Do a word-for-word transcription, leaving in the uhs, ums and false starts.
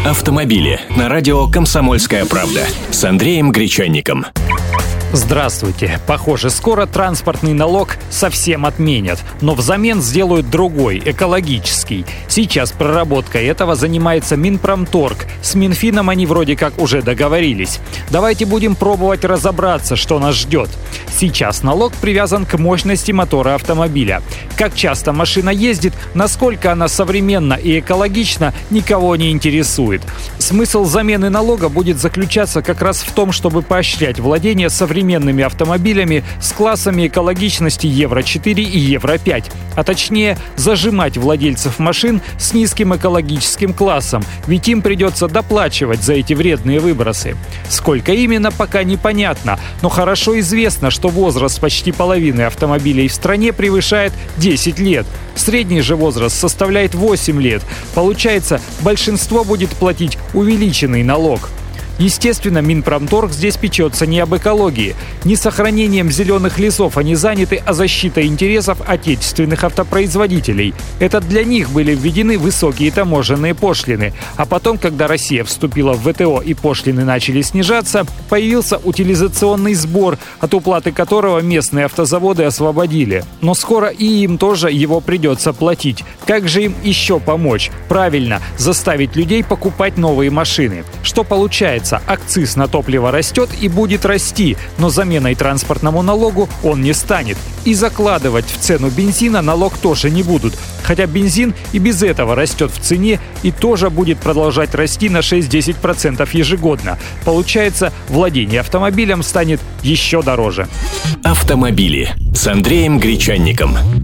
Автомобили на радио «Комсомольская правда» с Андреем Гречанником. Здравствуйте. Похоже, скоро транспортный налог совсем отменят, но взамен сделают другой, экологический. Сейчас проработкой этого занимается Минпромторг. С Минфином они вроде как уже договорились. Давайте будем пробовать разобраться, что нас ждет. Сейчас налог привязан к мощности мотора автомобиля. Как часто машина ездит, насколько она современна и экологична, никого не интересует. Смысл замены налога будет заключаться как раз в том, чтобы поощрять владение современными автомобилями с классами экологичности евро четыре и евро пять, а точнее зажимать владельцев машин с низким экологическим классом, ведь им придется доплачивать за эти вредные выбросы. Сколько именно, пока непонятно, но хорошо известно, что возраст почти половины автомобилей в стране превышает десять лет. Средний же возраст составляет восемь лет. Получается, большинство будет платить увеличенный налог. Естественно, Минпромторг здесь печется не об экологии. Не сохранением зеленых лесов они заняты, а защитой интересов отечественных автопроизводителей. Это для них были введены высокие таможенные пошлины. А потом, когда Россия вступила в вэ тэ о и пошлины начали снижаться, появился утилизационный сбор, от уплаты которого местные автозаводы освободили. Но скоро и им тоже его придется платить. Как же им еще помочь? Правильно, заставить людей покупать новые машины. Что получается? Акциз на топливо растет и будет расти, но заменой транспортному налогу он не станет. И закладывать в цену бензина налог тоже не будут. Хотя бензин и без этого растет в цене и тоже будет продолжать расти на шесть-десять процентов ежегодно. Получается, владение автомобилем станет еще дороже. Автомобили с Андреем Гречанником.